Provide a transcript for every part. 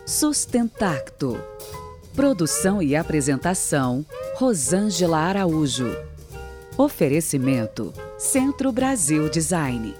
Sustentacto. Produção e apresentação, Rosângela Araújo. Oferecimento, Centro Brasil Design.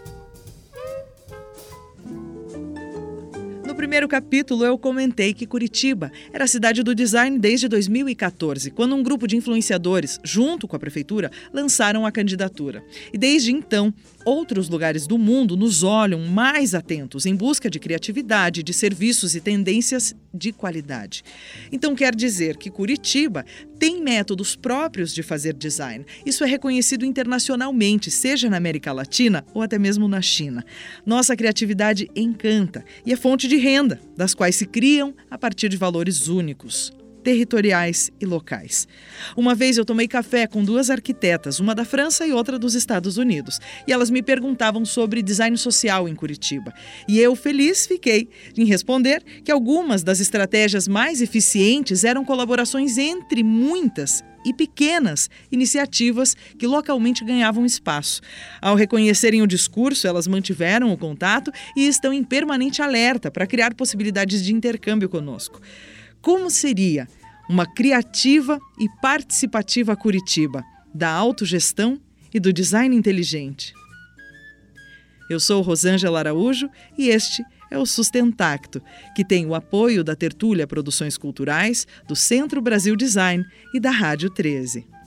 No primeiro capítulo, eu comentei que Curitiba era a cidade do design desde 2014, quando um grupo de influenciadores, junto com a prefeitura, lançaram a candidatura. E desde então, outros lugares do mundo nos olham mais atentos em busca de criatividade, de serviços e tendências de qualidade. Então quer dizer que Curitiba tem métodos próprios de fazer design. Isso é reconhecido internacionalmente, seja na América Latina ou até mesmo na China. Nossa criatividade encanta e é fonte de renda, das quais se criam a partir de valores únicos, territoriais e locais. Uma vez eu tomei café com duas arquitetas, uma da França e outra dos Estados Unidos, e elas me perguntavam sobre design social em Curitiba. E eu feliz fiquei em responder que algumas das estratégias mais eficientes eram colaborações entre muitas e pequenas iniciativas que localmente ganhavam espaço. Ao reconhecerem o discurso, elas mantiveram o contato e estão em permanente alerta para criar possibilidades de intercâmbio conosco. Como seria uma criativa e participativa Curitiba, da autogestão e do design inteligente? Eu sou Rosângela Araújo e este é o Sustentacto, que tem o apoio da Tertúlia Produções Culturais, do Centro Brasil Design e da Rádio 13.